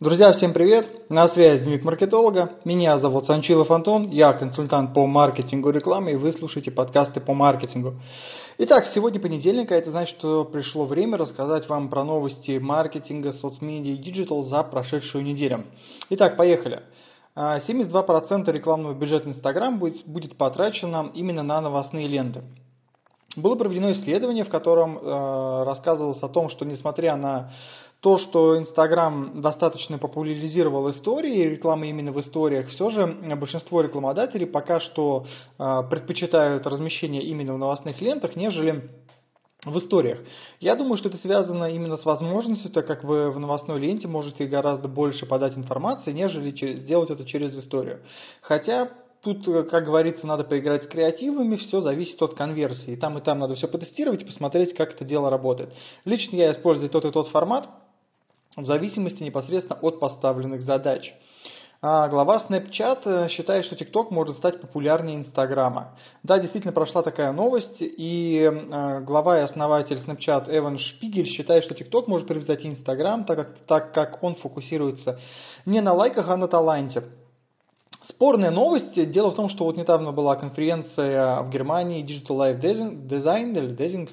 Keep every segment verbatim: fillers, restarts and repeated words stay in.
Друзья, всем привет! На связи Дневник маркетолога. Меня зовут Санчилов Антон, я консультант по маркетингу и рекламе, и вы слушаете подкасты по маркетингу. Итак, сегодня понедельник, а это значит, что пришло время рассказать вам про новости маркетинга, соцмедиа и диджитал за прошедшую неделю. Итак, поехали. семьдесят два процента рекламного бюджета Instagram будет, будет потрачено именно на новостные ленты. Было проведено исследование, в котором э, рассказывалось о том, что несмотря на то, что Instagram достаточно популяризировал истории, реклама именно в историях, все же большинство рекламодателей пока что э, предпочитают размещение именно в новостных лентах, нежели в историях. Я думаю, что это связано именно с возможностью, так как вы в новостной ленте можете гораздо больше подать информации, нежели сделать это через историю. Хотя тут, как говорится, надо поиграть с креативами, все зависит от конверсии. И там, и там надо все потестировать и посмотреть, как это дело работает. Лично я использую тот и тот формат в зависимости непосредственно от поставленных задач. А глава Snapchat считает, что TikTok может стать популярнее Инстаграма. Да, действительно прошла такая новость, и глава и основатель Snapchat Эван Шпигель считает, что TikTok может превзойти Инстаграм, так как, так как он фокусируется не на лайках, а на таланте. Спорная новость. Дело в том, что вот недавно была конференция в Германии Digital Life Design или Design,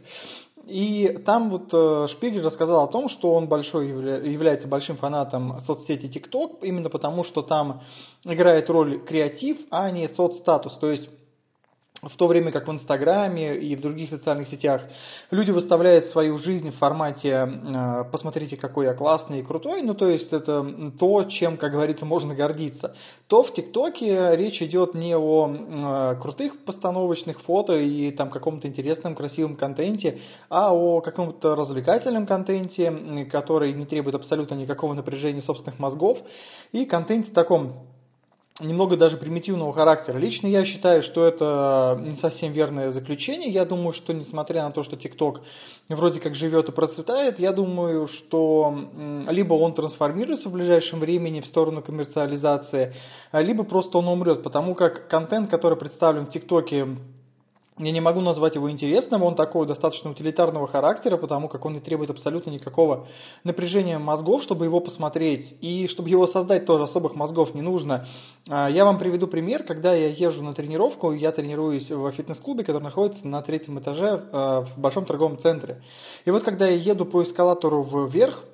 и там вот Шпигель рассказал о том, что он большой, является большим фанатом соцсети TikTok, именно потому, что там играет роль креатив, а не соцстатус. То есть в то время как в Инстаграме и в других социальных сетях люди выставляют свою жизнь в формате «посмотрите, какой я классный и крутой», ну то есть это то, чем, как говорится, можно гордиться, то в ТикТоке речь идет не о крутых постановочных фото и там каком-то интересном, красивом контенте, а о каком-то развлекательном контенте, который не требует абсолютно никакого напряжения собственных мозгов, и контенте таком немного даже примитивного характера. Лично я считаю, что это не совсем верное заключение. Я думаю, что несмотря на то, что TikTok вроде как живет и процветает, я думаю, что либо он трансформируется в ближайшем времени в сторону коммерциализации, либо просто он умрет, потому как контент, который представлен в TikTok, я не могу назвать его интересным, он такой достаточно утилитарного характера, потому как он не требует абсолютно никакого напряжения мозгов, чтобы его посмотреть. И чтобы его создать, тоже особых мозгов не нужно. Я вам приведу пример, когда я езжу на тренировку, я тренируюсь в фитнес-клубе, который находится на третьем этаже в большом торговом центре. И вот когда я еду по эскалатору вверх,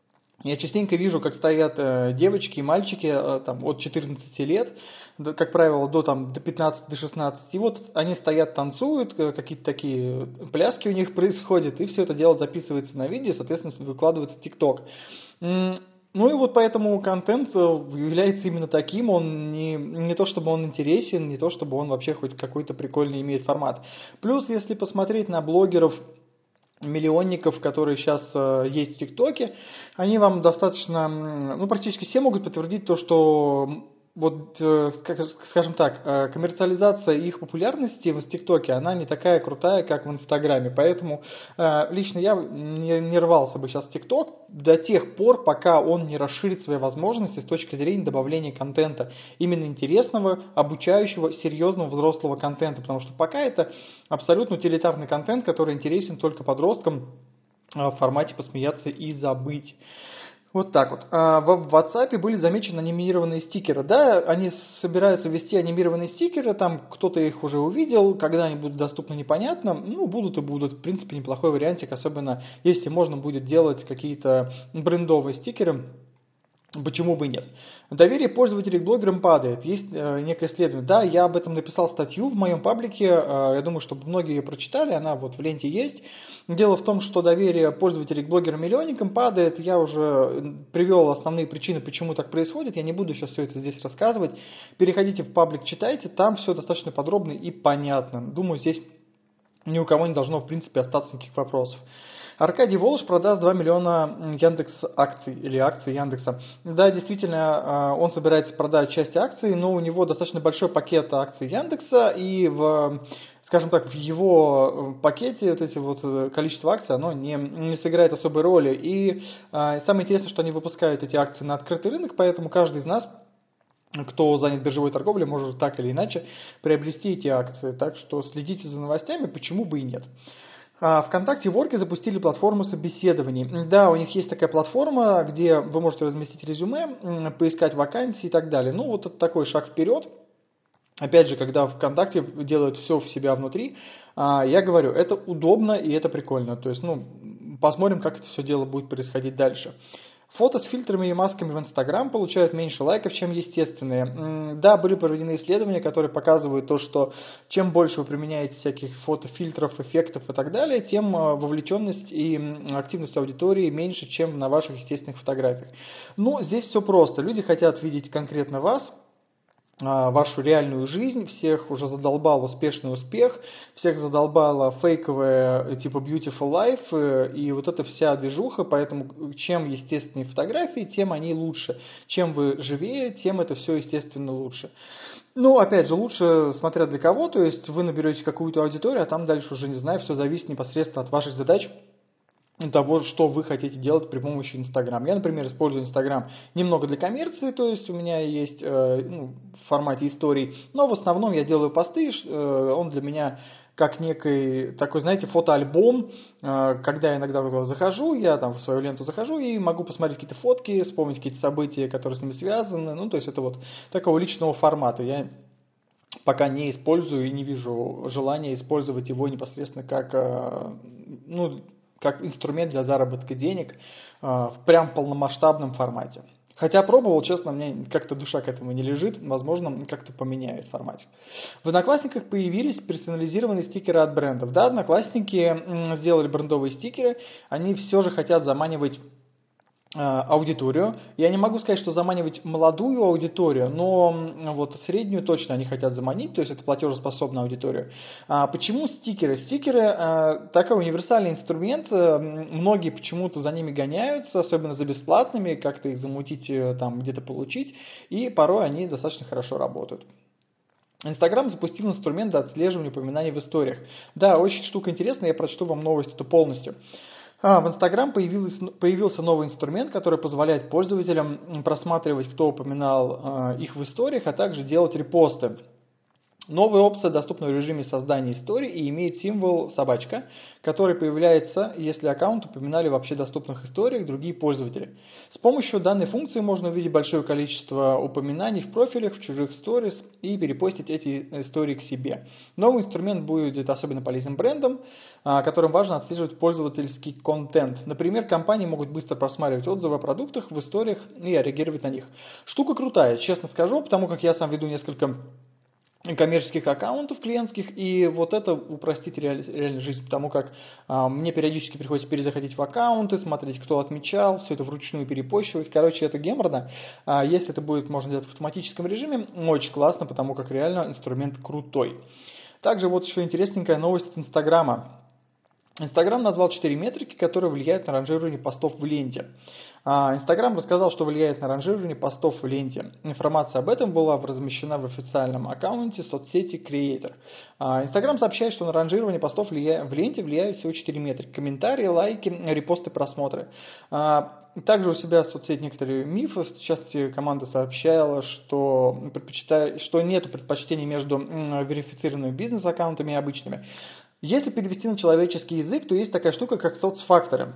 я частенько вижу, как стоят девочки и мальчики там, от четырнадцати лет, как правило, до, там, до пятнадцати, до шестнадцати. И вот они стоят, танцуют, какие-то такие пляски у них происходят, и все это дело записывается на видео, соответственно, выкладывается в ТикТок. Ну и вот поэтому контент является именно таким, он не, не то чтобы он интересен, не то чтобы он вообще хоть какой-то прикольный имеет формат. Плюс, если посмотреть на блогеров, миллионников, которые сейчас э, есть в ТикТоке, они вам достаточно, ну практически все могут подтвердить то, что вот, э, как, скажем так, э, коммерциализация их популярности в ТикТоке, она не такая крутая, как в Инстаграме. Поэтому э, лично я не, не рвался бы сейчас в ТикТок до тех пор, пока он не расширит свои возможности с точки зрения добавления контента. Именно интересного, обучающего, серьезного взрослого контента. Потому что пока это абсолютно утилитарный контент, который интересен только подросткам в формате посмеяться и забыть. Вот так вот. В WhatsApp были замечены анимированные стикеры. Да, они собираются ввести анимированные стикеры, там кто-то их уже увидел, когда они будут доступны, непонятно. Ну, будут и будут. В принципе, неплохой вариантик, особенно если можно будет делать какие-то брендовые стикеры. Почему бы и нет? Доверие пользователей к блогерам падает. Есть э, некое исследование. Да, я об этом написал статью в моем паблике. Э, я думаю, что многие ее прочитали. Она вот в ленте есть. Дело в том, что доверие пользователей к блогерам-миллионникам падает. Я уже привел основные причины, почему так происходит. Я не буду сейчас все это здесь рассказывать. Переходите в паблик, читайте. Там все достаточно подробно и понятно. Думаю, здесь ни у кого не должно, в принципе, остаться никаких вопросов. Аркадий Волош продаст два миллиона Яндекс акций или акций Яндекса. Да, действительно, он собирается продать часть акций, но у него достаточно большой пакет акций Яндекса, и в, скажем так, в его пакете вот эти вот количество акций, оно не, не сыграет особой роли. И а, самое интересное, что они выпускают эти акции на открытый рынок, поэтому каждый из нас, кто занят биржевой торговлей, может так или иначе приобрести эти акции. Так что следите за новостями, почему бы и нет. А, ВКонтакте в Орге запустили платформу собеседований. Да, у них есть такая платформа, где вы можете разместить резюме, м, поискать вакансии и так далее. Ну, вот это такой шаг вперед. Опять же, когда ВКонтакте делают все в себя внутри, а, я говорю, это удобно и это прикольно. То есть, ну, посмотрим, как это все дело будет происходить дальше. Фото с фильтрами и масками в Инстаграм получают меньше лайков, чем естественные. М, Да, были проведены исследования, которые показывают то, что чем больше вы применяете всяких фотофильтров, эффектов и так далее, тем а, вовлеченность и м, активность аудитории меньше, чем на ваших естественных фотографиях. Ну, здесь все просто. Люди хотят видеть конкретно вас, а, вашу реальную жизнь, всех уже задолбал успешный успех, всех задолбала фейковая типа beautiful life э, и вот эта вся движуха, поэтому чем естественнее фотографии, тем они лучше. Чем вы живее, тем это все естественно лучше. Ну, опять же, лучше смотря для кого, то есть вы наберете какую-то аудиторию, а там дальше уже, не знаю, все зависит непосредственно от ваших задач, того, что вы хотите делать при помощи Инстаграм. Я, например, использую Инстаграм немного для коммерции, то есть у меня есть э, ну, в формате историй, но в основном я делаю посты, э, он для меня как некий такой, знаете, фотоальбом, э, когда я иногда захожу, я там в свою ленту захожу и могу посмотреть какие-то фотки, вспомнить какие-то события, которые с ними связаны, ну, то есть это вот такого личного формата. Я пока не использую и не вижу желания использовать его непосредственно как, э, ну, как инструмент для заработка денег э, в прям полномасштабном формате. Хотя пробовал, честно, мне как-то душа к этому не лежит, возможно, как-то поменяет формат. В Одноклассниках появились персонализированные стикеры от брендов. Да, Одноклассники м, сделали брендовые стикеры, они все же хотят заманивать аудиторию. Я не могу сказать, что заманивать молодую аудиторию, но вот среднюю точно они хотят заманить, то есть это платежеспособная аудитория. А почему стикеры? Стикеры а, такой универсальный инструмент, многие почему-то за ними гоняются, особенно за бесплатными, как-то их замутить, там где-то получить, и порой они достаточно хорошо работают. Инстаграм запустил инструмент для отслеживания упоминаний в историях. Да, очень штука интересная, я прочту вам новость эту полностью. А, в Instagram появился новый инструмент, который позволяет пользователям просматривать, кто упоминал э, их в историях, а также делать репосты. Новая опция доступна в режиме создания истории и имеет символ собачка, который появляется, если аккаунт упоминали в общедоступных историях другие пользователи. С помощью данной функции можно увидеть большое количество упоминаний в профилях, в чужих сторис и перепостить эти истории к себе. Новый инструмент будет особенно полезен брендам, которым важно отслеживать пользовательский контент. Например, компании могут быстро просматривать отзывы о продуктах в историях и реагировать на них. Штука крутая, честно скажу, потому как я сам веду несколько коммерческих аккаунтов клиентских, и вот это упростит реаль, реально жизнь, потому как а, мне периодически приходится перезаходить в аккаунты, смотреть, кто отмечал, все это вручную перепощивать. Короче, это геморно. А, если это будет можно делать в автоматическом режиме, очень классно, потому как реально инструмент крутой. Также вот еще интересненькая новость от Инстаграма. Инстаграм назвал четыре метрики, которые влияют на ранжирование постов в ленте. Инстаграм рассказал, что влияет на ранжирование постов в ленте. Информация об этом была размещена в официальном аккаунте соцсети Creator. Инстаграм сообщает, что на ранжирование постов в ленте влияют всего четыре метрики. Комментарии, лайки, репосты, просмотры. Также у себя в соцсети некоторые мифы. В частности, команда сообщала, что, предпочитает, что нет предпочтений между верифицированными бизнес-аккаунтами и обычными. Если перевести на человеческий язык, то есть такая штука, как соцфакторы.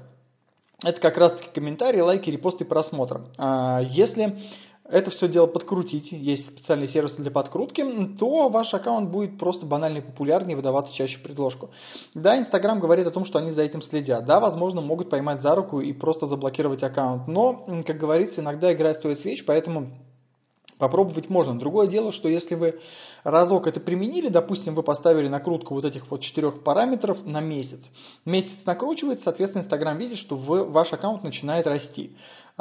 Это как раз таки комментарии, лайки, репосты, просмотры. Если это все дело подкрутить, есть специальные сервисы для подкрутки, то ваш аккаунт будет просто банально популярнее, выдаваться чаще в предложку. Да, Инстаграм говорит о том, что они за этим следят. Да, возможно, могут поймать за руку и просто заблокировать аккаунт. Но, как говорится, иногда игра стоит свеч, поэтому попробовать можно. Другое дело, что если вы разок это применили, допустим, вы поставили накрутку вот этих вот четырех параметров на месяц. Месяц накручивается, соответственно, Инстаграм видит, что вы, ваш аккаунт начинает расти.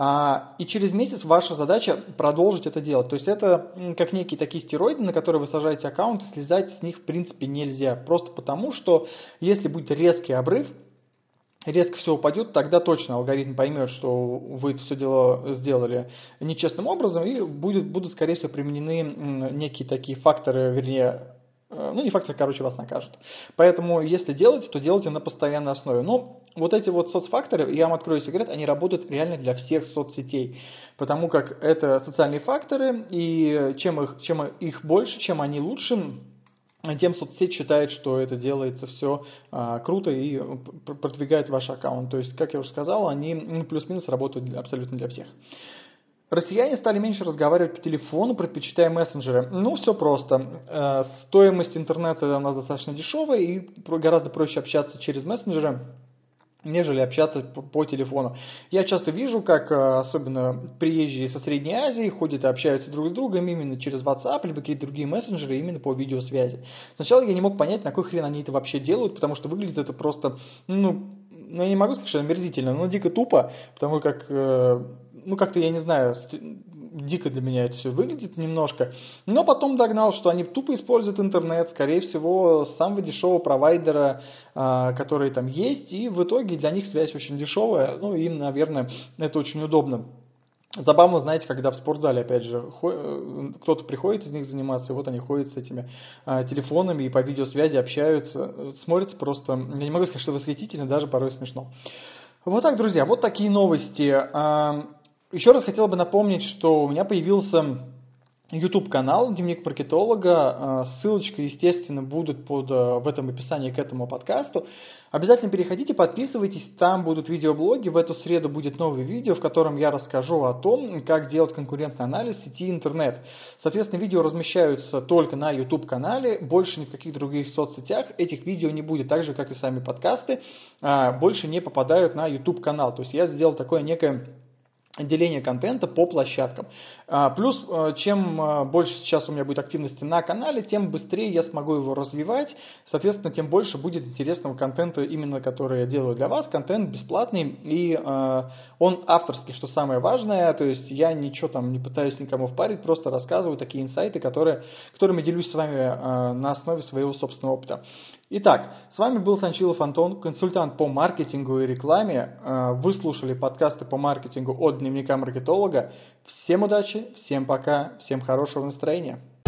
А, и через месяц ваша задача продолжить это делать. То есть это как некие такие стероиды, на которые вы сажаете аккаунт, и слезать с них в принципе нельзя. Просто потому, что если будет резкий обрыв, резко все упадет, тогда точно алгоритм поймет, что вы это все дело сделали нечестным образом, и будет, будут, скорее всего, применены некие такие факторы, вернее, ну не факторы, короче, вас накажут. Поэтому, если делать, то делайте на постоянной основе. Но вот эти вот соцфакторы, я вам открою секрет, они работают реально для всех соцсетей, потому как это социальные факторы, и чем их, чем их больше, чем они лучше, тем соцсеть считает, что это делается все а, круто и продвигает ваш аккаунт. То есть, как я уже сказал, они ну, плюс-минус работают абсолютно для всех. Россияне стали меньше разговаривать по телефону, предпочитая мессенджеры. Ну, все просто. Стоимость интернета у нас достаточно дешевая, и гораздо проще общаться через мессенджеры, нежели общаться по, по телефону. Я часто вижу, как особенно приезжие со Средней Азии ходят и общаются друг с другом именно через WhatsApp или какие-то другие мессенджеры именно по видеосвязи. Сначала я не мог понять, на какой хрен они это вообще делают, потому что выглядит это просто, ну, ну я не могу сказать, что омерзительно, но дико тупо, потому как, ну как-то, я не знаю, дико для меня это все выглядит немножко. Но потом догнал, что они тупо используют интернет, скорее всего, с самого дешевого провайдера, который там есть, и в итоге для них связь очень дешевая, ну им, наверное, это очень удобно. Забавно, знаете, когда в спортзале, опять же, кто-то приходит из них заниматься, и вот они ходят с этими а, телефонами и по видеосвязи общаются, смотрится просто, я не могу сказать, что восхитительно, даже порой смешно. Вот так, друзья, вот такие новости. А, еще раз хотел бы напомнить, что у меня появился YouTube-канал «Дневник маркетолога». Ссылочка, естественно, будет под, в этом описании к этому подкасту. Обязательно переходите, подписывайтесь, там будут видеоблоги. В эту среду будет новое видео, в котором я расскажу о том, как делать конкурентный анализ сети интернет. Соответственно, видео размещаются только на YouTube-канале, больше ни в каких других соцсетях этих видео не будет, так же, как и сами подкасты, больше не попадают на YouTube-канал. То есть я сделал такое некое отделение контента по площадкам. Плюс, чем больше сейчас у меня будет активности на канале, тем быстрее я смогу его развивать. Соответственно, тем больше будет интересного контента, именно который я делаю для вас. Контент бесплатный, и он авторский, что самое важное. То есть я ничего там не пытаюсь никому впарить, просто рассказываю такие инсайты, которые, которыми делюсь с вами на основе своего собственного опыта. Итак, с вами был Санчилов Антон, консультант по маркетингу и рекламе. Вы слушали подкасты по маркетингу от Дневника маркетолога. Всем удачи, всем пока, всем хорошего настроения.